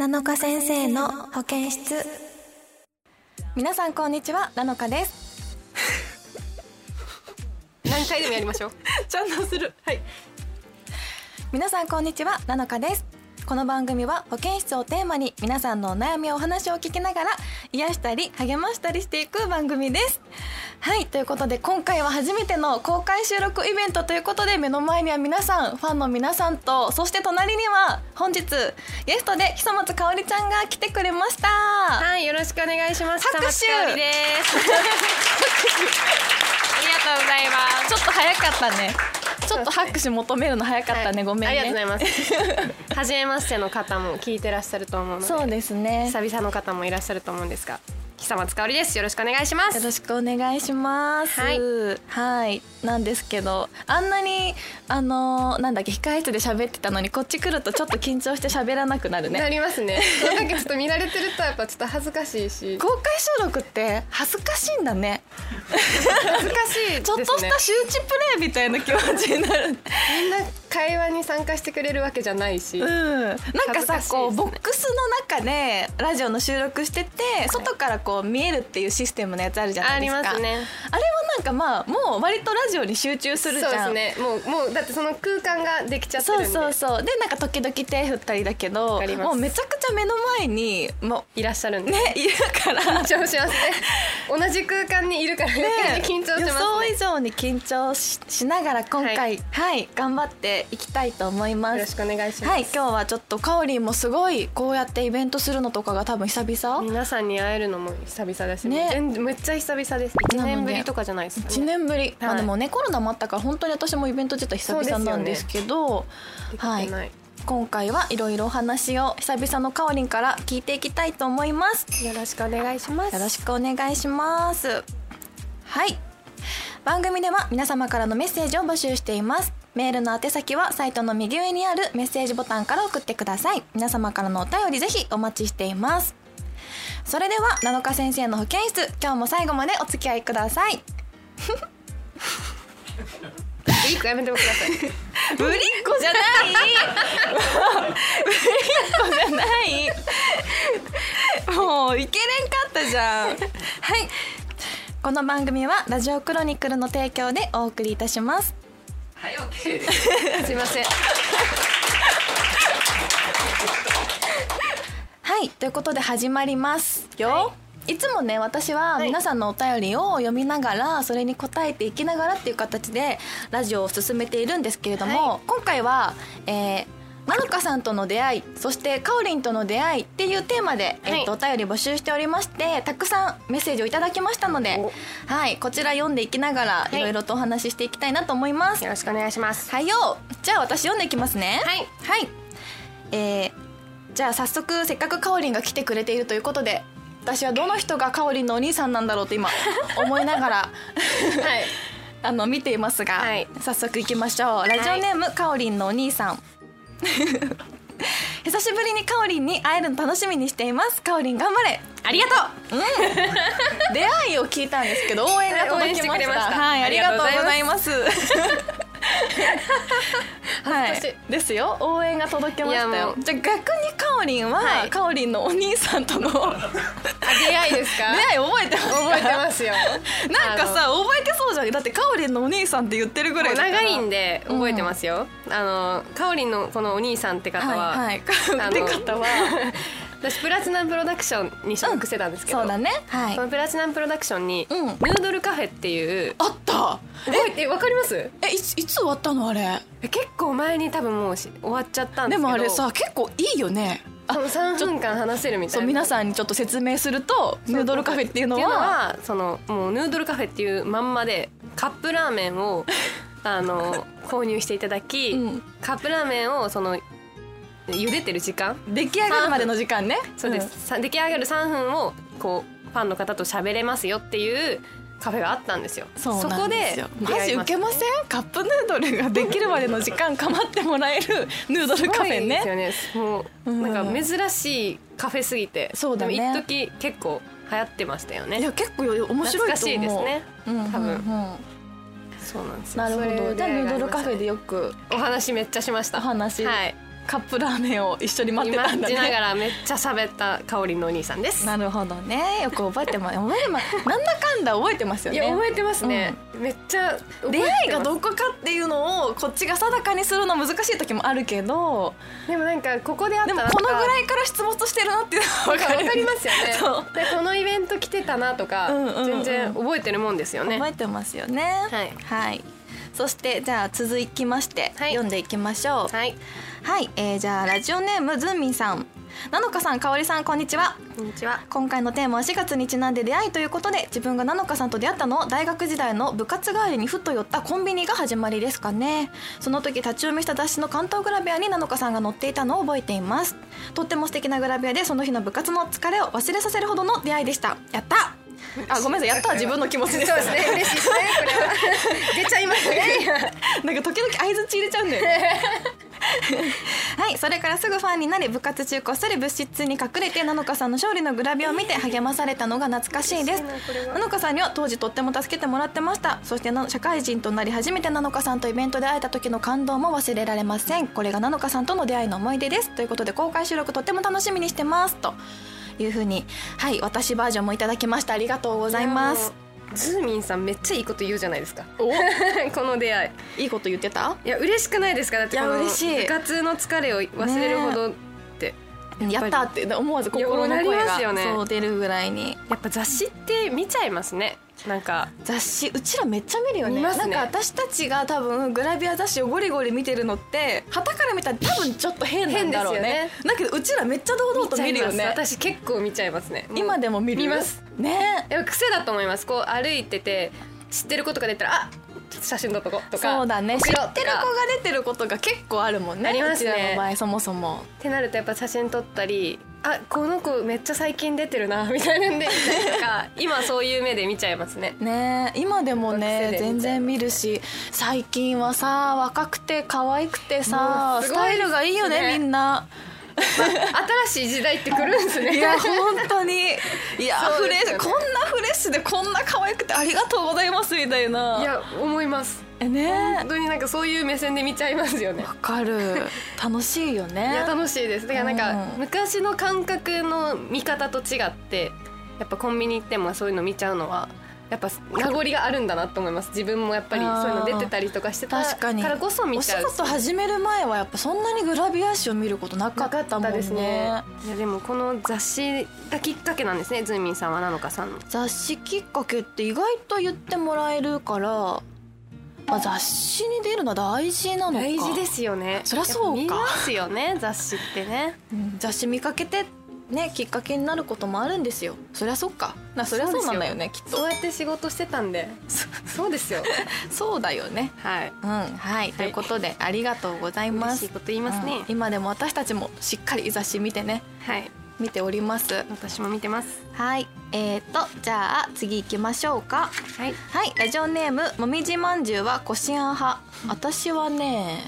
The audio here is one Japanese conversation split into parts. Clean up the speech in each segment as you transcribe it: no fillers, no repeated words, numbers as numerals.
7日先生の保健室。皆さんこんにちは、7日です。 何回でもやりましょう。 ちゃんとする。はい。皆さんこんにちは、7日です。この番組は保健室をテーマに皆さんのお悩みやお話を聞きながら癒したり励ましたりしていく番組です。はい、ということで今回は初めての公開収録イベントということで、目の前には皆さん、ファンの皆さんと、そして隣には本日ゲストで久松香織ちゃんが来てくれました。 はい、よろしくお願いします。 拍手。 久松香織です。ありがとうございます。 ちょっと早かったね。ちょっと拍手求めるの早かったね、はい、ごめんね。 ありがとうございます。初めましての方も聞いてらっしゃると思うので、 そうですね、 久々の方もいらっしゃると思うんですが、久松香織です。よろしくお願いします。 よろしくお願いします。はい、はい、なんですけど、あんなになんだっけ、控え室で喋ってたのにこっち来るとちょっと緊張して喋らなくなるね。 なりますね。なんかちょっと見られてるとやっぱちょっと恥ずかしいし、 公開収録って恥ずかしいんだね。 恥ずかしいですね。 ちょっとした周知プレイみたいな気持ちになる。 みんな会話に参加してくれるわけじゃないし、 なんかさ、こうボックスの中でラジオの収録してて、外からこう見えるっていうシステムのやつあるじゃないですか。 ありますね。 あれはなんかまあもう割とラジオに集中するじゃん。 そうですね。もうだってその空間ができちゃってるんで。 そうで、なんか時々手振ったりだけど、もうめちゃくちゃ目の前にもういらっしゃるんでね、いるから緊張しますね。同じ空間にいるから余計に緊張しますね。 予想以上に緊張 しながら今回、はい頑張っていきたいと思います。 よろしくお願いします。 はい、今日はちょっとかおりんもすごいこうやってイベントするのとかが多分久々。 皆さんに会えるのも久々ですね。めっちゃ久々です。1年ぶりとかじゃないですかね。 1年ぶり、 はい、 でもねコロナもあったから本当に私もイベント自体久々なんですけど、はい、今回はいろいろお話を久々のかおりんから聞いていきたいと思います。 よろしくお願いします。 よろしくお願いします。はい、番組では皆様からのメッセージを募集しています。メールの宛先はサイトの右上にあるメッセージボタンから送ってください。皆様からのお便りぜひお待ちしています。それでは7日先生の保健室、今日も最後までお付き合いください。 ぶりっ子やめてください。 ぶりっ子じゃない。ぶりっ子じゃない。もういけれんかったじゃん。はい、この番組はラジオクロニクルの提供でお送りいたします。 はい、OK です。すいません。 はい、ということで始まりますよ。はい、いつもね、私は皆さんのお便りを読みながら、それに答えていきながらっていう形でラジオを進めているんですけれども、はい、今回は、なのかさんとの出会い、そしてかおりんとの出会いっていうテーマで、お便り募集しておりまして、たくさんメッセージをいただきましたので、はい、こちら読んでいきながらいろいろとお話ししていきたいなと思います。 よろしくお願いします。 はいよ、じゃあ私読んでいきますね。はい、じゃあ早速、せっかくかおりんが来てくれているということで、私はどの人がかおりんのお兄さんなんだろうと今思いながら、はい、見ていますが、はい、早速いきましょう。ラジオネーム、はい、かおりんのお兄さん。久しぶりにかおりんに会えるの楽しみにしています。かおりん頑張れ。 ありがとう。 出会いを聞いたんですけど、応援が届きました。はい、ありがとうございます。はい、ですよ、応援が届きましたよ。じゃあ逆にかおりんは、かおりんのお兄さんとの出会いですか？ 出会い覚えてますか？ 覚えてますよ。 なんかさ、覚えてそうじゃん。だってかおりんのお兄さんって言ってるぐらいだから長いんで覚えてますよ。かおりんのこのお兄さんって方は、 って方は私プラチナムプロダクションに所属してたんですけど、 そうだね、はい、 そのプラチナムプロダクションに、ヌードルカフェっていうあった。 わかります？ いつ終わったのあれ？ 結構前に多分もう終わっちゃったんですけど、 でもあれさ結構いいよね。 3分間話せるみたいな。 そう、皆さんにちょっと説明すると、ヌードルカフェっていうのはもうヌードルカフェっていうまんまでカップラーメンを購入していただき、カップラーメンを茹でてる時間、 出来上がるまでの時間ね。 そうです、出来上がる3分をこうファンの方と喋れますよっていうカフェがあったんですよ。そこでマジウケません？カップヌードルができるまでの時間構ってもらえるヌードルカフェね。 すごいですよね。もうなんか珍しいカフェすぎて、 そうだね、 でも一時結構流行ってましたよね。 いや結構面白いと思う。 懐かしいですね、多分。そうなんですよ。 なるほど。じゃあヌードルカフェでよくお話めっちゃしました。 お話、 はい、 カップラーメンを一緒に待ってたんだね。 待ちながらめっちゃ喋ったかおりんのお兄さんです。 なるほどね、よく覚えてますなんだかんだ覚えてますよね。 いや覚えてますね、めっちゃ出会いがどこかっていうのをこっちが定かにするの難しい時もあるけど、 でもなんかここであったらでもこのぐらいから出没してるなっていうのは分かりますよねそうでこのイベント来てたなとか、全然覚えてるもんですよね。 覚えてますよね。 はい、 はい、そしてじゃあ続きまして、読んでいきましょう。 はいはい、じゃあラジオネームずんみんさん、なのかさん、かおりさん、こんにちは。 こんにちは。 今回のテーマは4月にちなんで出会いということで、自分がなのかさんと出会ったのは大学時代の部活帰りにふっと寄ったコンビニが始まりですかね。その時立ち読みした雑誌の関東グラビアになのかさんが載っていたのを覚えています。とっても素敵なグラビアで、その日の部活の疲れを忘れさせるほどの出会いでした。やった。あ、ごめんなさい、やったは自分の気持ちです。 そうですね、嬉しいですね、これは出ちゃいましたねなんか時々相づち入れちゃうんだよねはい、それからすぐファンになり、部活中こっそり部室に隠れてなのかさんの勝利のグラビアを見て励まされたのが懐かしいです。なのかさんには当時とっても助けてもらってました。そして社会人となり初めてなのかさんとイベントで会えた時の感動も忘れられません。これがなのかさんとの出会いの思い出です。ということで、公開収録とっても楽しみにしてますという風に、はい、私バージョンもいただきました。ありがとうございます。 ズーミンさんめっちゃいいこと言うじゃないですかこの出会いいいこと言ってた？ いや嬉しくないですか？だってこの嬉しい、 部活の疲れを忘れるほどって、 やったって思わず心の声が、 よね、 そう出るぐらいに。 やっぱ雑誌って見ちゃいますね。なんか雑誌うちらめっちゃ見るよね。 見ますね。 なんか私たちが多分グラビア雑誌をゴリゴリ見てるのって旗から見たら多分ちょっと変なんだろう ね。だけどうちらめっちゃ堂々と見るよね。 私結構見ちゃいますね。 今でも見る？ 見ますね。 やっぱ癖だと思います。こう歩いてて知ってることが出たら、あ、ちょっと写真撮っとこうとか。 そうだね、知ってる子が出てることが結構あるもんね。 ありますね、 うちらの場合そもそもってなるとやっぱ写真撮ったり、あ、この子めっちゃ最近出てるなみたいなんで見たりとか今そういう目で見ちゃいますね。 ね、今でもね全然見るし、最近はさ若くて可愛くてさ、スタイルがいいよねみんな。 新しい時代って来るんですね。 いや本当に、いや、フレッシュ、こんなフレッシュでこんな可愛くてありがとうございますみたいな。 いや思いますね。 本当になんかそういう目線で見ちゃいますよね。 わかる。楽しいよね。 いや楽しいです。だからなんか、昔の感覚の見方と違って、やっぱコンビニ行ってもそういうの見ちゃうのはやっぱ名残があるんだなと思います。自分もやっぱりそういうの出てたりとかしてたからこそ見ちゃう。 お仕事始める前はやっぱそんなにグラビア誌を見ることなかったもんね。 ですね。いやでもこの雑誌がきっかけなんですね、ズーミンさんはなのかさんの。 雑誌きっかけって意外と言ってもらえるから、まあ、雑誌に出るのは大事なのか。 大事ですよね。 そりゃそうか。 見ますよね雑誌ってね、 雑誌見かけてね、きっかけになることもあるんですよ。そりゃそっか。そりゃそうなんだよね、きっと。 そうやって仕事してたんでそうですよそうだよね。 はい、 はい、ということでありがとうございます。 嬉しいこと言いますね、 今でも私たちもしっかり雑誌見てね、 はい、 見ております。 私も見てます。 はい、じゃあ次行きましょうか。 はい、 はい、ラジオネームもみじまんじゅうはこしあん派。私はね、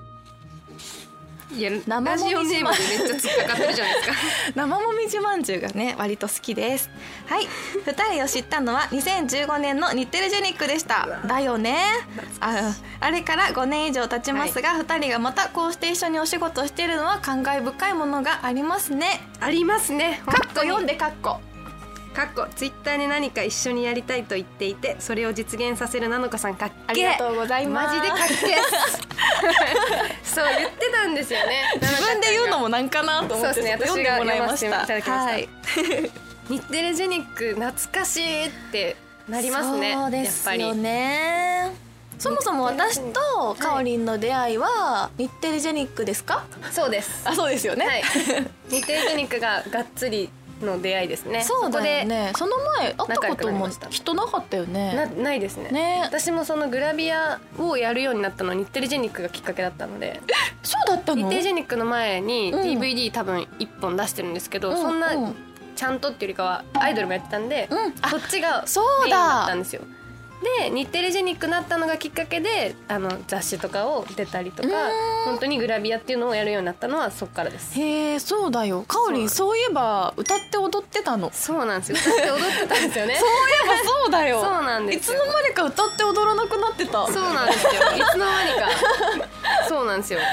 いやラジオネームでめっちゃ突っかかってるじゃないですか生もみじまんじゅうがね割と好きです。はい、2人を知ったのは2015年の日テレジェニックでした。だよね。あれから5年以上経ちますが、2人がまたこうして一緒にお仕事をしているのは感慨深いものがありますね。 ありますね。 かっこ読んでかっこツイッターで何か一緒にやりたいと言っていて、それを実現させるなのかさんかっけ。 ありがとうございます。 マジでかっけそう言ってたんですよね。 自分で言うのもなんかなと思って、 そうですね、私が読ませていただきました、 はい、 日テレジェニック懐かしいってなりますね。 そうですよね。そもそも私とかおりんの出会いは日テレジェニックですか？ そうです。 あ、そうですよね、はい、 日テレジェニックががっつりの出会いですね。 そうだよね。その前会ったことも人なかったよね。 ないですね。私もそのグラビアをやるようになったのは日テレジェニックがきっかけだったので。 そうだったの？ 日テレジェニックの前に DVD 多分1本出してるんですけど、そんなちゃんとっていうよりかはアイドルもやってたんで、そっちがメインだったんですよ。で日テレジェニックになったのがきっかけで雑誌とかを出たりとか、本当にグラビアっていうのをやるようになったのはそっからです。 へえ、そうだよ。かおりんそういえば歌って踊ってたの。 そうなんですよ。歌って踊ってたんですよねそういえばそうだよ。 そうなんですよ。 いつの間にか歌って踊らなくなってた。 そうなんですよ。いつの間にかそうなんですよ。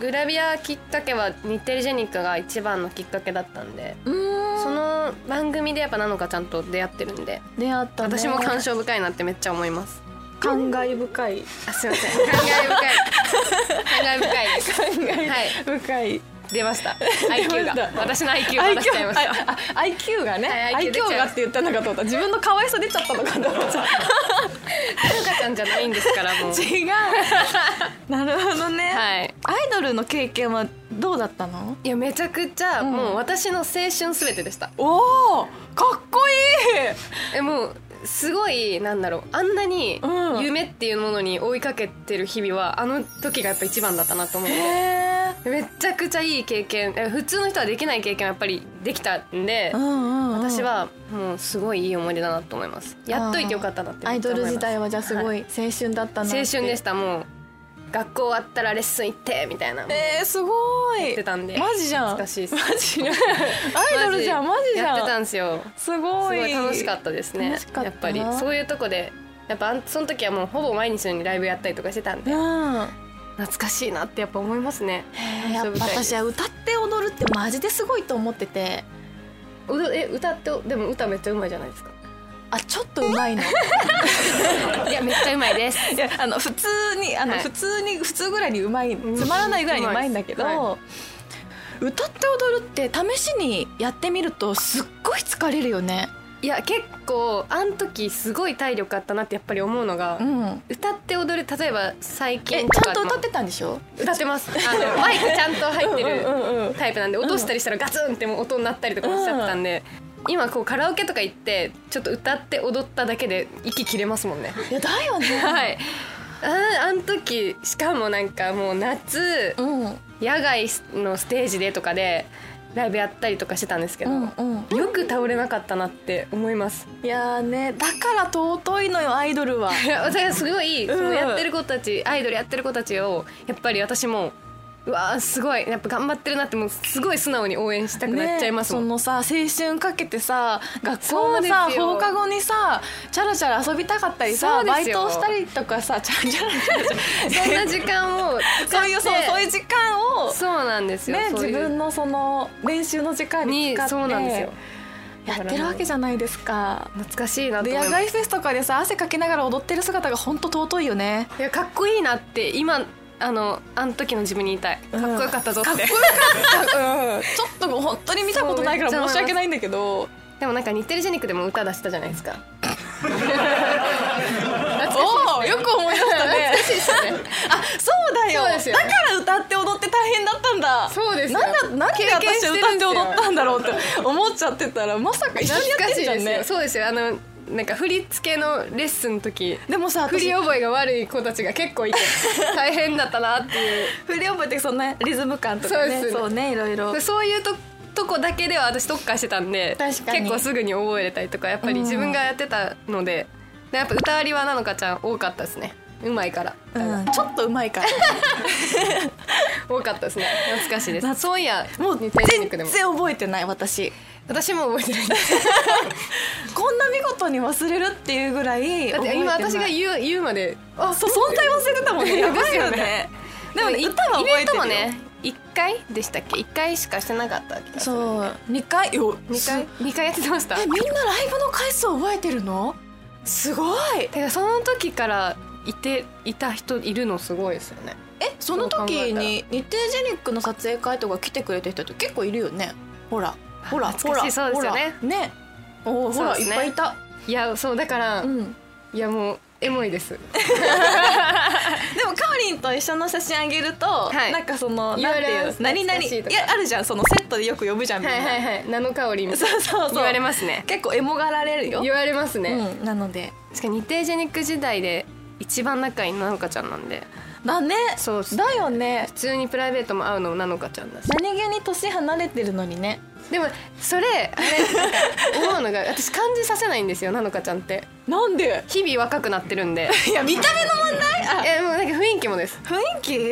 グラビアきっかけは日テレジェニックが一番のきっかけだったんで、その番組でやっぱなのかちゃんと出会ってるんで、 出会ったね。 私も感慨深いなってめっちゃ思います。 感慨深い。 あ、すいません。感慨深い。感慨深いです。 感慨深い。 出ました。IQ が。私の IQ が出しちゃいました。 IQ がね。IQ がって言ったのかと思った。自分の可愛さ出ちゃったのかと思った。なのかちゃんじゃないんですからもう。 違う。なるほどね。 はい。 アイドルの経験はどうだったの？ いやめちゃくちゃもう私の青春すべてでした。 おお、かっこいい。 もう。すごいなんだろう、あんなに夢っていうものに追いかけてる日々はあの時がやっぱ一番だったなと思って、めちゃくちゃいい経験、普通の人はできない経験はやっぱりできたんで、私はもうすごいいい思い出だなと思います。やっといてよかったなってアイドル時代はじゃあすごい青春だったなって。 青春でした。もう学校終わったらレッスン行ってみたいな、 すごいやってたんで。 マジじゃん。 懐かしいです。 マジアイドルじゃん。マジじゃん。 やってたんですよ。 すごい楽しかったですね。やっぱりそういうとこでやっぱその時はもうほぼ毎日のようにライブやったりとかしてたんで、懐かしいなってやっぱ思いますね。 やっぱ私は歌って踊るってマジですごいと思ってて。 歌ってでも歌めっちゃうまいじゃないですか。 あ、ちょっとうまいの。 いやめっちゃうまいです。 いや普通に普通ぐらいにうまい、つまらないぐらいにうまいんだけど、歌って踊るって試しにやってみるとすっごい疲れるよね。 いや結構あん時すごい体力あったなってやっぱり思うのが、歌って踊る、例えば最近とかちゃんと歌ってたんでしょ？ 歌ってます。マイクちゃんと入ってるタイプなんで、落としたりしたらガツンっても音になったりとかしちゃったんで、今こうカラオケとか行ってちょっと歌って踊っただけで息切れますもんね。 いやだよね。 はい。あん時しかもなんかもう夏、野外のステージでとかでライブやったりとかしてたんですけど、よく倒れなかったなって思います。 いやーね、だから尊いのよアイドルは。 すごいそのやってる子たち、アイドルやってる子たちをやっぱり私もうわーすごいやっぱ頑張ってるなって、もうすごい素直に応援したくなっちゃいますもん、 そのさ青春かけてさ学校のさ放課後にさチャラチャラ遊びたかったりさ、バイトをしたりとかさ、チャラチャラそんな時間をそういう時間をそうなんですよ、 ね、自分のその練習の時間に使ってそうなんですよ、 やってるわけじゃないですか。 懐かしいなと思います。 で野外フェスとかでさ汗かきながら踊ってる姿が本当尊いよね。 いやかっこいいなって今あの時の自分に言いたい。かっこよかったぞって、かっこよかった、ちょっと本当に見たことないから申し訳ないんだけど、 でもなんか日テレジェニックでも歌出したじゃないですか。 およく思い出したね。 懐かしいですよね。 あ、そうだよ。 そうですよね。 だから歌って踊って大変だったんだ。 そうですよ。 なんで私歌って踊ったんだろうって思っちゃってたら、まさか一緒にやってんじゃんね。 そうですよ。なんか振り付けのレッスンの時でもさ、 振り覚えが悪い子たちが結構いて大変だったなっていう。 振り覚えってそんなリズム感とかね、そうね、いろいろそういうとこだけでは私特化してたんで、結構すぐに覚えれたりとか、やっぱり自分がやってたので、やっぱ歌ありはなのかちゃん多かったですね。うまいから、 ちょっとうまいから多かったですね。懐かしいです。そういやもう全然覚えてない。私も覚えてないですこんな見事に忘れるっていうぐらいだって今私が言うまでそう存在忘れてたもんね。やばいよね。でもね、歌は覚えてるよ。イベントもね 1回でしたっけ。1回しかしてなかった気がする。 そう2回やってました。 みんなライブの回数覚えてるのすごい。 てかその時からいた人いるのすごいですよね。 その時に日テレジェニックの撮影会とか来てくれた人って結構いるよね。ほら懐かしい。そうですよね。 ね、ほらいっぱいいた。 いやそうだから、いやもうエモいですでもかおりんと一緒の写真あげると、なんかその言われます。 何々いやあるじゃん、そのセットでよく呼ぶじゃんみんな。 ナノかおりんみたいな。そう言われますね。 結構エモがられるよ。 言われますね。 なので確かに日テレジェニック時代で一番仲いいのなのかちゃんなんで。 だね。 そうだよね。 普通にプライベートも会うのなのかちゃんだし、 何気に年離れてるのにね。 でもそれ思うのが私感じさせないんですよ、なのかちゃんって。 なんで？ 日々若くなってるんで。 いや見た目の問題？ いやもうなんか雰囲気もです。 雰囲気？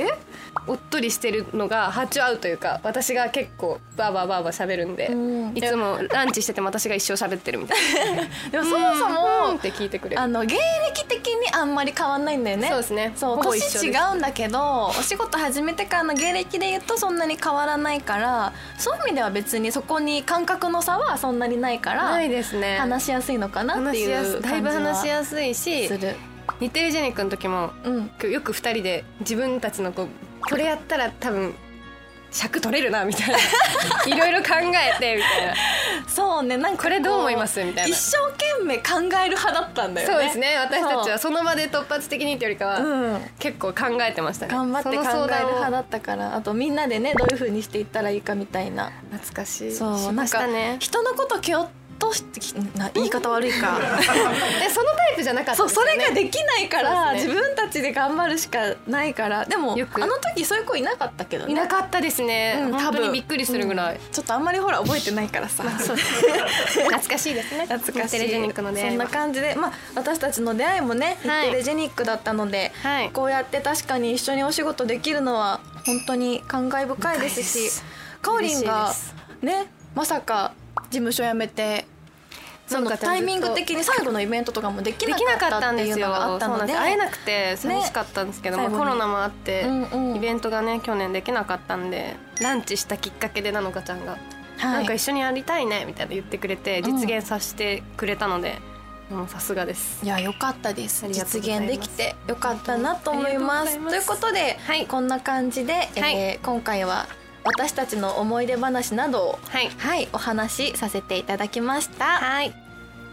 おっとりしてるのが波長合うというか、私が結構バーバーバーバー喋るんで、いつもランチしてても私が一生喋ってるみたいなでもそもそもって聞いてくれる。 芸歴的にあんまり変わんないんだよね。 そうですね。 そう、年違うんだけどお仕事始めてからの芸歴で言うとそんなに変わらないから、そういう意味では別にそこに感覚の差はそんなにないから、 ないですね。 話しやすいのかなっていう感じはだいぶ話しやすいしする。 日テレジェニックの時も、よく2人で自分たちのこれやったら多分尺取れるなみたいないろいろ考えてみたいなそうね、なんかこれどう思いますみたいな一生懸命考える派だったんだよね。 そうですね、私たちはその場で突発的にってよりかは、結構考えてましたね。 頑張って考える派だったから。あとみんなでね、どういう風にしていったらいいかみたいな。 懐かしい。 そうなんか人のこと気をとして言い方悪いかそのタイプじゃなかったですよね。 そう、それができないから、自分たちで頑張るしかないから。でもあの時そういう子いなかったけどね。 いなかったですね、本当にびっくりするぐらい、 ちょっとあんまりほら覚えてないからさ懐かしいですね。 懐かしい。 日テレジェニックの出会いはそんな感じで、私たちの出会いもね、日テレジェニックだったので、こうやって確かに一緒にお仕事できるのは本当に感慨深いですし、かおりんがね、まさか事務所辞めてそのタイミング的に最後のイベントとかもできなかったっていうのがあったので、 会えなくて寂しかったんですけども、コロナもあってイベントがね去年できなかったんで、ランチしたきっかけでなのかちゃんがなんか一緒にやりたいねみたいな言ってくれて実現させてくれたので、もうさすがです。 いや、よかったです。実現できてよかったなと思います。ということで、こんな感じで、今回は私たちの思い出話などを、お話しさせていただきました。 はい。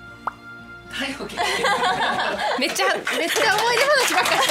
めっちゃ思い出話ばっかり。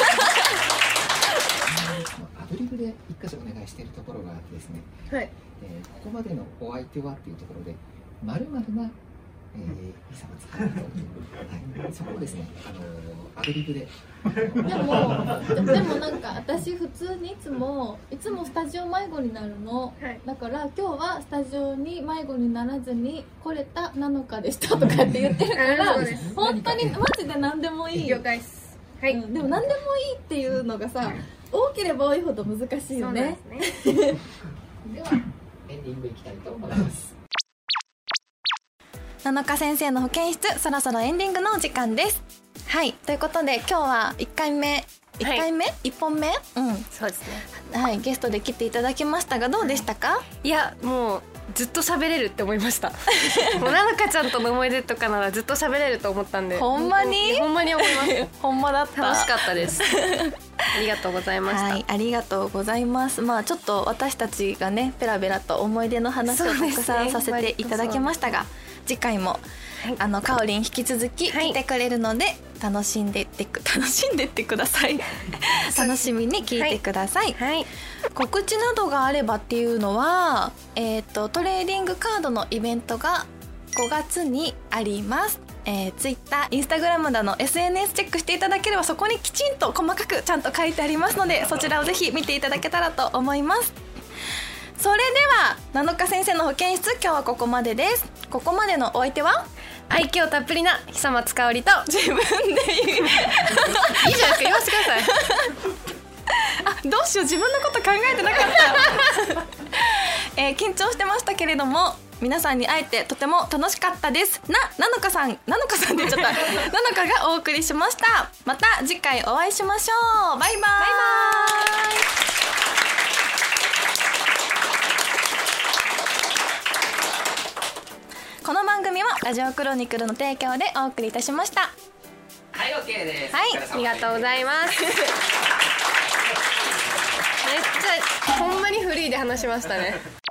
アドリブで一箇所お願いしているところがあってですね。ここまでのお相手はっていうところで〇〇なイサが使うと、そこをですね、アドリブで。 でもなんか私普通にいつもスタジオ迷子になるの、だから今日はスタジオに迷子にならずに来れた7日でしたとかって言ってるから本当にマジで何でもいい。 了解です。 でも何でもいいっていうのがさ、多ければ多いほど難しいよね。 ではエンディングいきたいと思います。 7日先生の保健室、そろそろエンディングのお時間です。はい、ということで今日は1本目、 そうですね。 はい、ゲストで来ていただきましたがどうでしたか？ いや、もうずっと喋れるって思いました。もうなのかちゃんとの思い出とかならずっと喋れると思ったんで。 ほんまに思いますほんまだった。 楽しかったですありがとうございました。 はい、ありがとうございます。ちょっと私たちがねペラペラと思い出の話をたくさんさせていただきましたが、次回もかおりん引き続き来てくれるので、楽しんでってください楽しみに聞いてください。告知などがあればっていうのは、トレーディングカードのイベントが5月にあります。Twitter、Instagram などの SNS チェックしていただければ、そこにきちんと細かくちゃんと書いてありますので、そちらをぜひ見ていただけたらと思います。それでは7日先生の保健室、今日はここまでです。ここまでのお相手は愛嬌たっぷりな久松香織と自分で言ういいじゃないですか、言わせてくださいどうしよう、自分のこと考えてなかった緊張してましたけれども、皆さんに会えてとても楽しかったです。なのかさんって言っちゃったなのかがお送りしました。また次回お会いしましょう。バイバイ。この番組はラジオクロニクルの提供でお送りいたしました。 はい、OK です。 はい、 ありがとうございますめっちゃほんまにフリーで話しましたね。